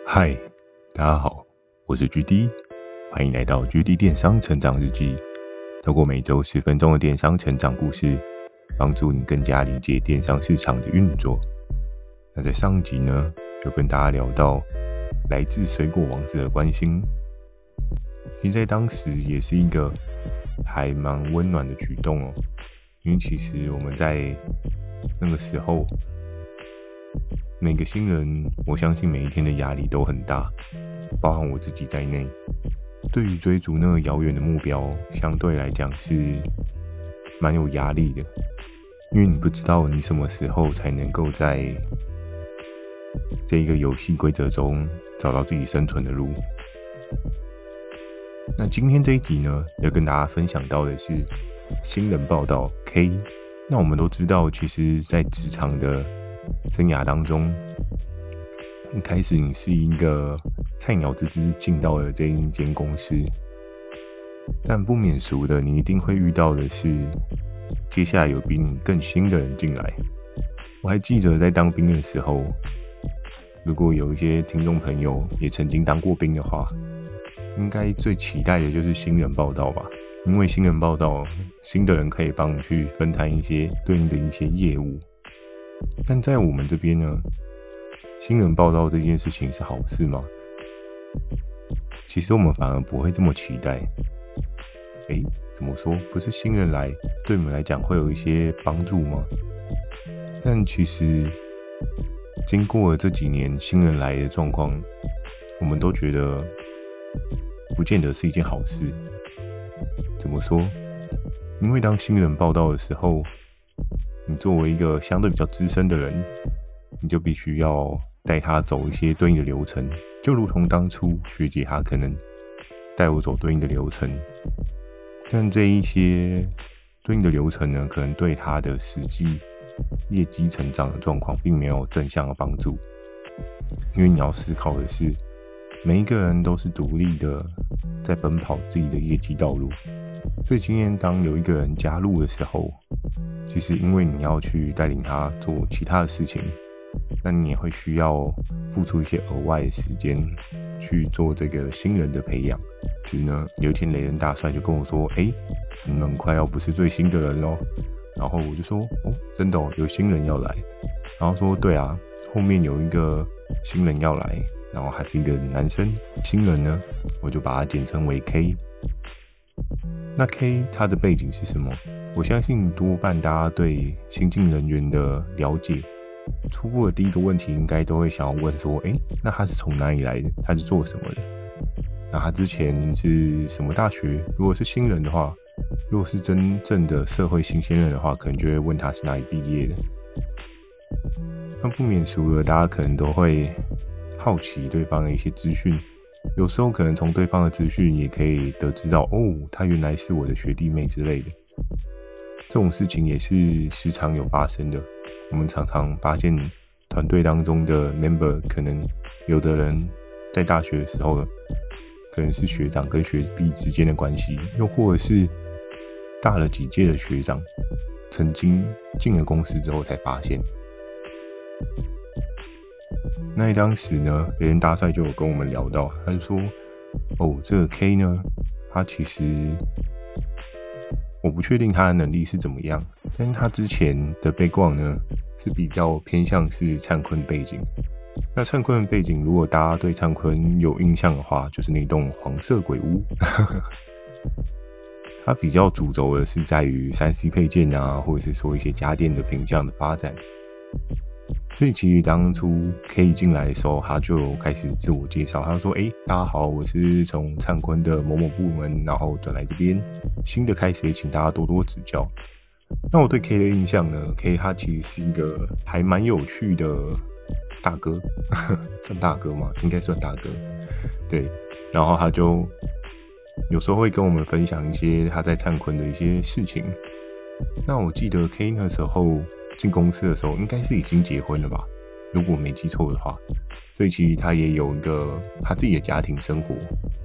嗨，大家好，我是 GD，欢迎来到 GD 电商成长日记。透过每周10分钟的电商成长故事，帮助你更加理解电商市场的运作。那在上集呢，就跟大家聊到来自水果王子的关心，其实在当时也是一个还蛮温暖的举动哦。因为其实我们在那个时候，每个新人，我相信每一天的压力都很大，包含我自己在内。对于追逐那个遥远的目标，相对来讲是蛮有压力的，因为你不知道你什么时候才能够在这一个游戏规则中找到自己生存的路。那今天这一集呢，要跟大家分享到的是新人报道 K。那我们都知道，其实在职场的生涯当中，一开始你是一个菜鸟之资进到了这一间公司，但不免俗的，你一定会遇到的是，接下来有比你更新的人进来。我还记得在当兵的时候，如果有一些听众朋友也曾经当过兵的话，应该最期待的就是新人报道吧。因为新人报道，新的人可以帮你去分摊一些对应的一些业务。但在我们这边呢，新人报道这件事情是好事吗？其实我们反而不会这么期待。怎么说？不是新人来对我们来讲会有一些帮助吗？但其实经过了这几年新人来的状况，我们都觉得不见得是一件好事。怎么说？因为当新人报道的时候，你作为一个相对比较资深的人，你就必须要带他走一些对应的流程，就如同当初学姐她可能带我走对应的流程，但这一些对应的流程呢，可能对他的实际业绩成长的状况并没有正向的帮助。因为你要思考的是，每一个人都是独立的在奔跑自己的业绩道路，所以今天当有一个人加入的时候，其实因为你要去带领他做其他的事情，那你也会需要付出一些额外的时间去做这个新人的培养。其实呢，有一天雷人大帅就跟我说，你们快要不是最新的人咯。然后我就说，真的有新人要来。然后说，对啊，后面有一个新人要来，然后还是一个男生。新人呢，我就把它简称为 K。那 K 它的背景是什么？我相信多半大家对新进人员的了解，初步的第一个问题应该都会想要问说，那他是从哪里来的？他是做什么的？那他之前是什么大学？如果是新人的话，如果是真正的社会新鲜人的话，可能就会问他是哪里毕业的。那不免俗的，大家可能都会好奇对方的一些资讯，有时候可能从对方的资讯也可以得知到，他原来是我的学弟妹之类的。这种事情也是时常有发生的。我们常常发现团队当中的 member， 可能有的人在大学的时候可能是学长跟学弟之间的关系，又或者是大了几届的学长曾经进了公司之后才发现。那当时呢，别人大帅就有跟我们聊到，他就说，这个 K 呢，他其实我不确定他的能力是怎么样，但是他之前的background呢是比较偏向是灿坤背景。那灿坤的背景，如果大家对灿坤有印象的话，就是那栋黄色鬼屋。它比较主轴的是在于 3C 配件啊，或者是说一些家电的品项的发展。所以其实当初 K 进来的时候，他就开始自我介绍，他说，大家好，我是从灿坤的某某部门，然后转来这边，新的开始也请大家多多指教。那我对 K 的印象呢， K 他其实是一个还蛮有趣的大哥，算大哥吗？应该算大哥。对，然后他就有时候会跟我们分享一些他在灿坤的一些事情。那我记得 K 那时候进公司的时候，应该是已经结婚了吧，如果没记错的话。所以其实他也有一个他自己的家庭生活。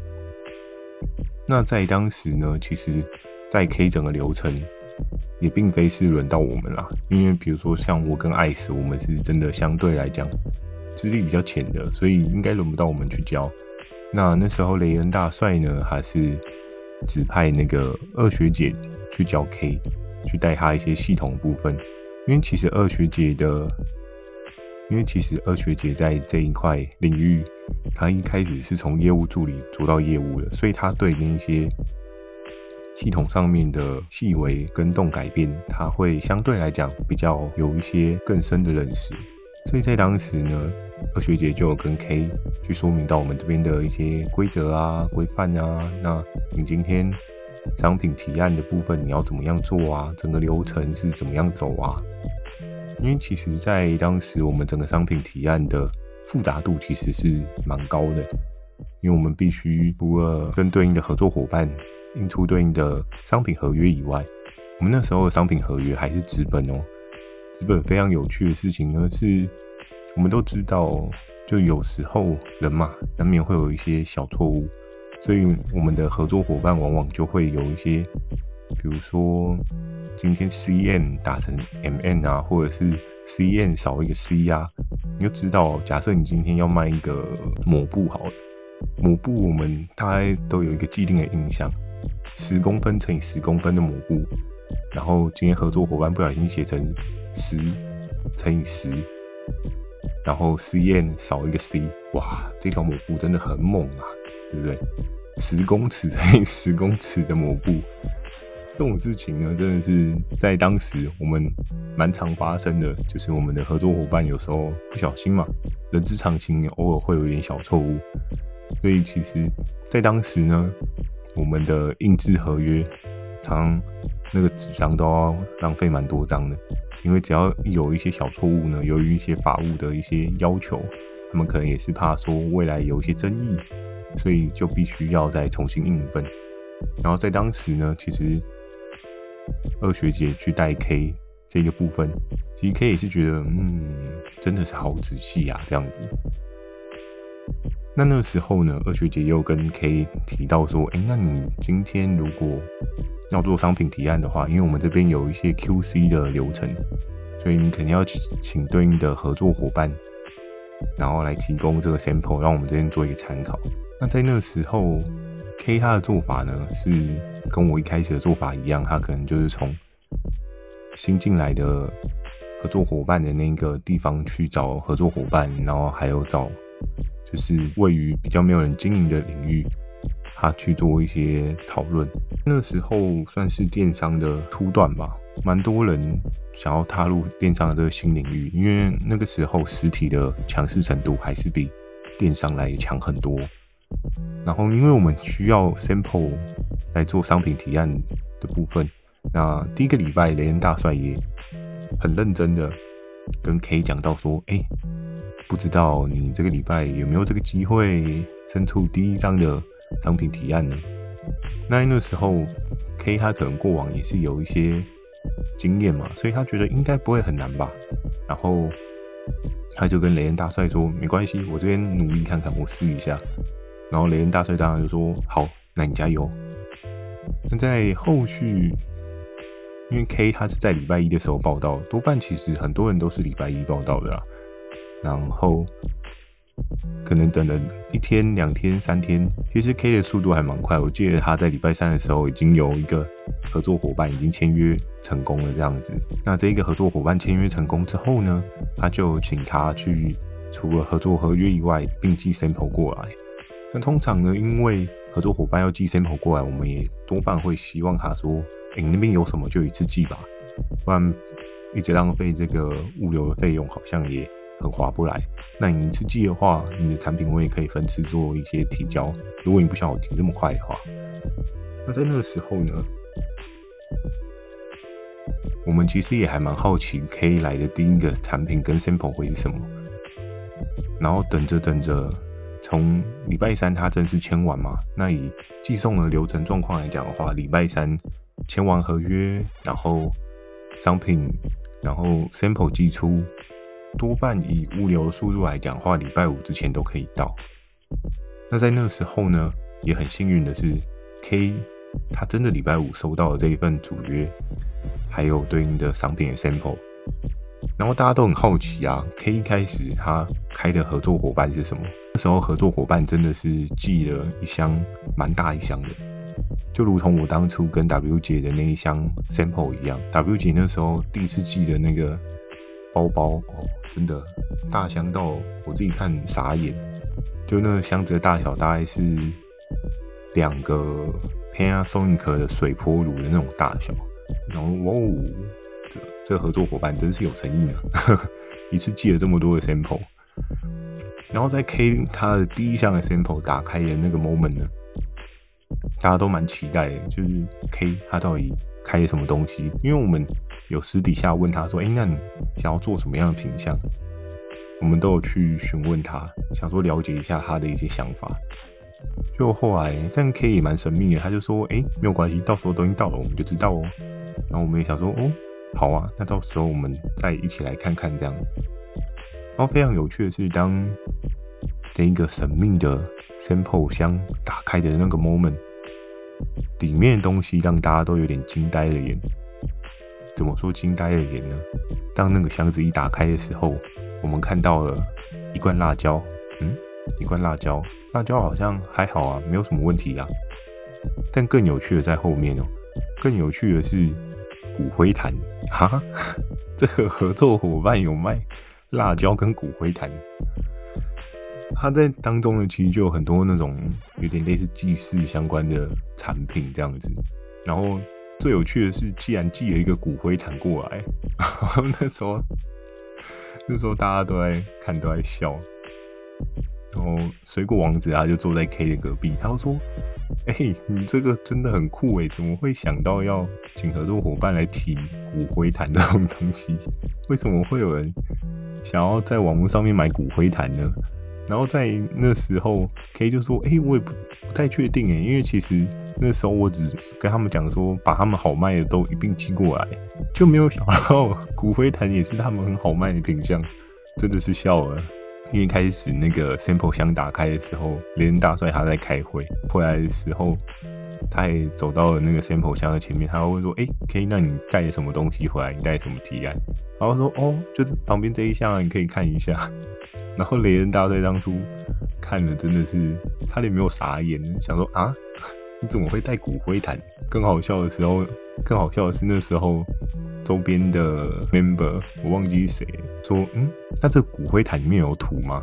那在当时呢，其实在 K 整个流程也并非是轮到我们啦，因为比如说像我跟艾斯，我们是真的相对来讲资历比较浅的，所以应该轮不到我们去教。那时候雷恩大帅呢，还是指派那个二学姐去教 K， 去带他一些系统部分。因为其实二学姐在这一块领域，她一开始是从业务助理做到业务的，所以她对那一些系统上面的细微更动改变，她会相对来讲比较有一些更深的认识。所以在当时呢，二学姐就有跟 K 去说明到我们这边的一些规则啊、规范啊，那你今天商品提案的部分你要怎么样做啊，整个流程是怎么样走啊。因为其实在当时我们整个商品提案的复杂度其实是蛮高的，因为我们必须除了跟对应的合作伙伴印出对应的商品合约以外，我们那时候的商品合约还是纸本哦。纸本非常有趣的事情呢，是我们都知道，就有时候人嘛，难免会有一些小错误，所以我们的合作伙伴往往就会有一些，比如说今天 CN 打成 MN 啊，或者是 CN 少一个 C 啊，你就知道，假设你今天要卖一个抹布好了，抹布我们大概都有一个既定的印象，10公分乘以10公分的抹布，然后今天合作伙伴不小心写成10乘以10，然后 CN 少一个 C， 哇，这条抹布真的很猛啊，对不对？10公尺乘以10公尺的抹布，这种事情呢，真的是在当时我们蛮常发生的，就是我们的合作伙伴有时候不小心嘛，人之常情，偶尔会有一点小错误，所以其实在当时呢，我们的印制合约常那个纸张都要浪费蛮多张的，因为只要有一些小错误呢，由于一些法务的一些要求，他们可能也是怕说未来有一些争议，所以就必须要再重新印一份。然后在当时呢，其实二学姐去带 K 这个部分，其实 K 也是觉得真的是好仔细啊这样子。那个时候呢，二学姐又跟 K 提到说，那你今天如果要做商品提案的话，因为我们这边有一些 QC 的流程，所以你肯定要请对应的合作伙伴，然后来提供这个 sample， 让我们这边做一个参考。那在那个时候 ，K 他的做法呢是跟我一开始的做法一样，他可能就是从新进来的合作伙伴的那个地方去找合作伙伴，然后还有找就是位于比较没有人经营的领域，他去做一些讨论。那时候算是电商的初段吧，蛮多人想要踏入电商的这个新领域，因为那个时候实体的强势程度还是比电商来强很多。然后因为我们需要 sample 来做商品提案的部分，那第一个礼拜雷恩大帅也很认真的跟 K 讲到说，不知道你这个礼拜有没有这个机会生出第一张的商品提案呢？那时候 K 他可能过往也是有一些经验嘛，所以他觉得应该不会很难吧。然后他就跟雷恩大帅说，没关系，我这边努力看看，我试一下。然后雷恩大帅当然就说，好，那你加油。那在后续，因为 K 他是在礼拜一的时候报道，多半其实很多人都是礼拜一报道的啦。然后可能等了1天、2天、3天，其实 K 的速度还蛮快。我记得他在礼拜3的时候已经有一个合作伙伴已经签约成功了这样子。那这一个合作伙伴签约成功之后呢，他就请他去除了合作合约以外，并寄 sample 过来。那通常呢，因为合作伙伴要寄 sample 过来，我们也多半会希望他说，你那边有什么就一次寄吧，不然一直浪费这个物流的费用，好像也很划不来。那你一次寄的话，你的产品我也可以分次做一些提交。如果你不想我提这么快的话，那在那个时候呢，我们其实也还蛮好奇 K 来的第一个产品跟 sample 会是什么。然后等着，从礼拜3他正式签完嘛，那以寄送的流程状况来讲的话，礼拜3签完合约，然后商品，然后 sample 寄出。多半以物流的速度来讲的话，礼拜5之前都可以到。那在那个时候呢，也很幸运的是 ，K 他真的礼拜5收到了这一份主约，还有对应的商品的 sample。然后大家都很好奇啊 ，K 一开始他开的合作伙伴是什么？那时候合作伙伴真的是寄了一箱蛮大一箱的，就如同我当初跟 W 姐的那一箱 sample 一样。W 姐那时候第一次寄的那个包包真的大箱到我自己看傻眼，就那个箱子的大小大概是2个 Panasonic 的水波炉的那种大小，然后这合作伙伴真是有诚意呢，一次寄了这么多的 sample。然后在 K 他的第一项的 sample 打开的那个 moment 呢，大家都蛮期待的，就是 K 他到底开了什么东西？因为我们有私底下问他说：“那你想要做什么样的品项？”我们都有去询问他，想说了解一下他的一些想法。就后来，但 K 也蛮神秘的，他就说：“没有关系，到时候东西到了我们就知道哦。”然后我们也想说：“好啊，那到时候我们再一起来看看这样。”然后非常有趣的是，当这一个神秘的 sample 箱打开的那个 moment， 里面的东西让大家都有点惊呆了眼。怎么说惊呆了眼呢？当那个箱子一打开的时候，我们看到了一罐辣椒。一罐辣椒，辣椒好像还好啊，没有什么问题啊。但更有趣的在后面更有趣的是骨灰坛哈，这个合作伙伴有卖辣椒跟骨灰坛，它在当中呢，其实就有很多那种有点类似祭祀相关的产品这样子。然后最有趣的是，既然寄了一个骨灰坛过来，然后那时候大家都在看，都在笑。然后水果王子他就坐在 K 的隔壁，他就说：“你这个真的很酷怎么会想到要请合作伙伴来提骨灰坛这种东西？为什么会有人想要在网络上面买骨灰坛呢？”然后在那时候 K 就说：“我也不太确定因为其实那时候我只跟他们讲说，把他们好卖的都一并寄过来，就没有想到骨灰坛也是他们很好卖的品项，真的是笑了。”因为一开始那个 sample 箱打开的时候，雷恩大帅他在开会，回来的时候，他也走到了那个 sample 箱的前面，他会说：“K， 那你带了什么东西回来？你带什么提案？”然后说：“就是旁边这一项你可以看一下。”然后雷恩大帅当初看了真的是他也没有傻眼，想说：“啊，你怎么会带骨灰坛？”更好笑的是那时候周边的 member 我忘记是谁说：“那这骨灰坛里面有土吗？”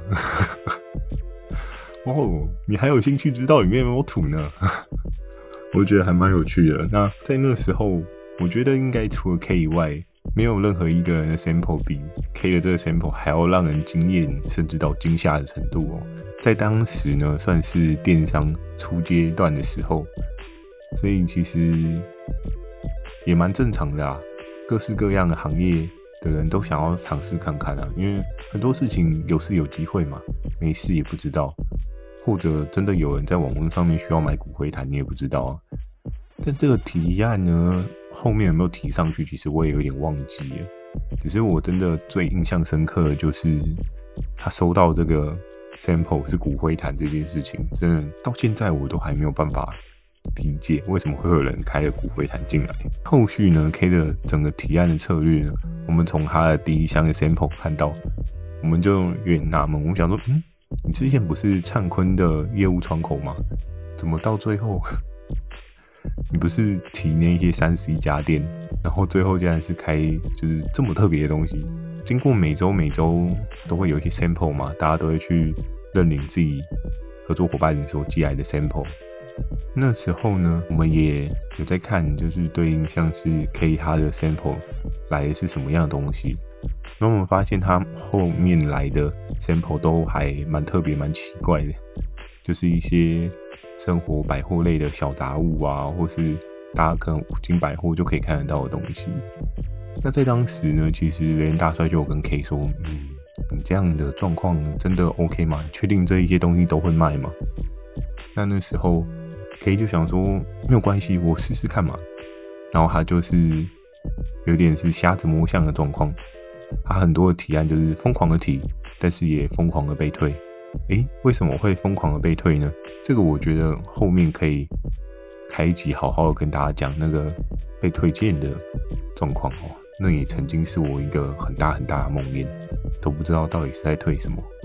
你还有兴趣知道里面有没有土呢？我觉得还蛮有趣的。那在那时候，我觉得应该除了 K 以外，没有任何一个人的 sample 比 K 的这个 sample 还要让人惊艳，甚至到惊吓的程度在当时呢，算是电商初阶段的时候，所以其实也蛮正常的啊。各式各样的行业的人都想要尝试看看啊，因为很多事情有试有机会嘛，没试也不知道，或者真的有人在网络上面需要买骨灰坛，你也不知道啊。但这个提案呢，后面有没有提上去，其实我也有点忘记了。只是我真的最印象深刻的就是他收到这个 sample 是骨灰坛这件事情，真的到现在我都还没有办法理解为什么会有人开了骨灰坛进来。后续呢 ，K 的整个提案的策略呢，我们从他的第一箱的 sample 看到，我们就有点纳闷，我们想说，你之前不是灿坤的业务窗口吗？怎么到最后，你不是提那些3C 家电，然后最后竟然是开就是这么特别的东西？经过每周都会有一些 sample 嘛，大家都会去认领自己合作伙伴所寄来的 sample。那时候呢，我们也有在看，就是对应像是 K 他的 sample 来的是什么样的东西。然后我们发现他后面来的 sample 都还蛮特别、蛮奇怪的，就是一些生活百货类的小杂物啊，或是大家可能五金百货就可以看得到的东西。那在当时呢，其实雷恩大帅就有跟 K 说，你这样的状况真的 OK 吗？你确定这一些东西都会卖吗？那时候 K 就想说没有关系，我试试看嘛。然后他就是有点是瞎子摸象的状况，他很多的提案就是疯狂的提，但是也疯狂的被退。为什么会疯狂的被退呢？这个我觉得后面可以开一集好好的跟大家讲那个被推荐的状况那也曾经是我一个很大很大的梦魇，都不知道到底是在退什么。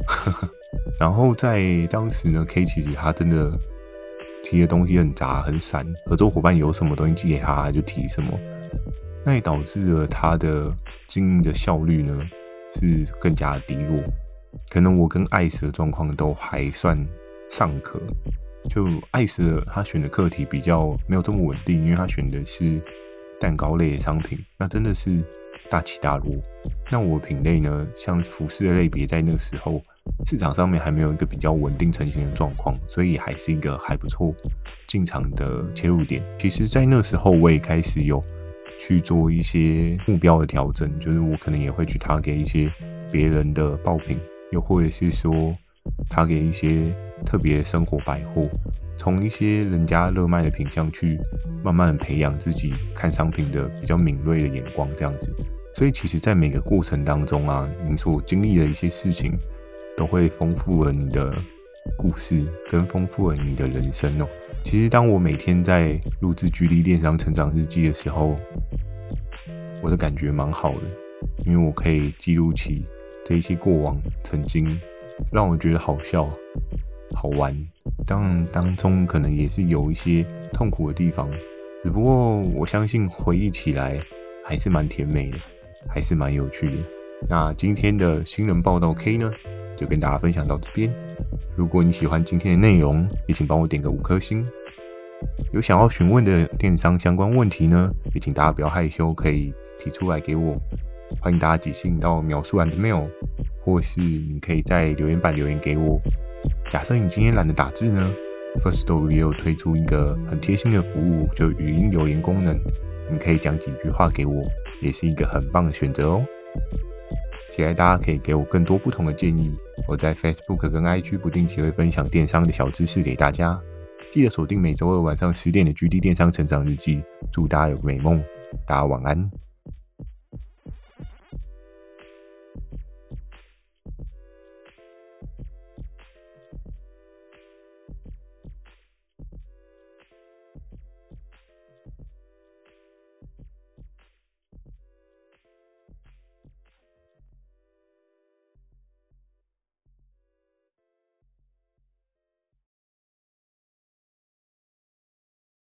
然后在当时呢 ，K 其实他真的提的东西很杂很散，合作伙伴有什么东西寄给他就提什么，那也导致了他的经营的效率呢是更加低落。可能我跟艾斯的状况都还算尚可，就艾斯他选的课题比较没有这么稳定，因为他选的是蛋糕类的商品，那真的是大起大落。那我品类呢，像服饰的类别，在那个时候市场上面还没有一个比较稳定成型的状况，所以还是一个还不错进场的切入点。其实，在那时候我也开始有去做一些目标的调整，就是我可能也会去target一些别人的爆品，又或者是说target一些特别的生活百货，从一些人家热卖的品项去慢慢培养自己看商品的比较敏锐的眼光，这样子。所以其实在每个过程当中啊，你所经历的一些事情都会丰富了你的故事，跟丰富了你的人生哦。其实当我每天在录制居力电商成长日记的时候，我的感觉蛮好的，因为我可以记录起这一些过往曾经让我觉得好笑好玩，当然当中可能也是有一些痛苦的地方，只不过我相信回忆起来还是蛮甜美的，还是蛮有趣的。那今天的新人报道 K 呢，就跟大家分享到这边。如果你喜欢今天的内容，也请帮我点个5颗星。有想要询问的电商相关问题呢，也请大家不要害羞，可以提出来给我。欢迎大家寄信到描述栏的 mail， 或是你可以在留言板留言给我。假设你今天懒得打字呢， Firstory 也有推出一个很贴心的服务，就语音留言功能，你可以讲几句话给我，也是一个很棒的选择哦。期待大家可以给我更多不同的建议，我在 Facebook 跟 IG 不定期会分享电商的小知识给大家。记得锁定每周二晚上10点的 GD 电商成长日记，祝大家有个美梦，大家晚安。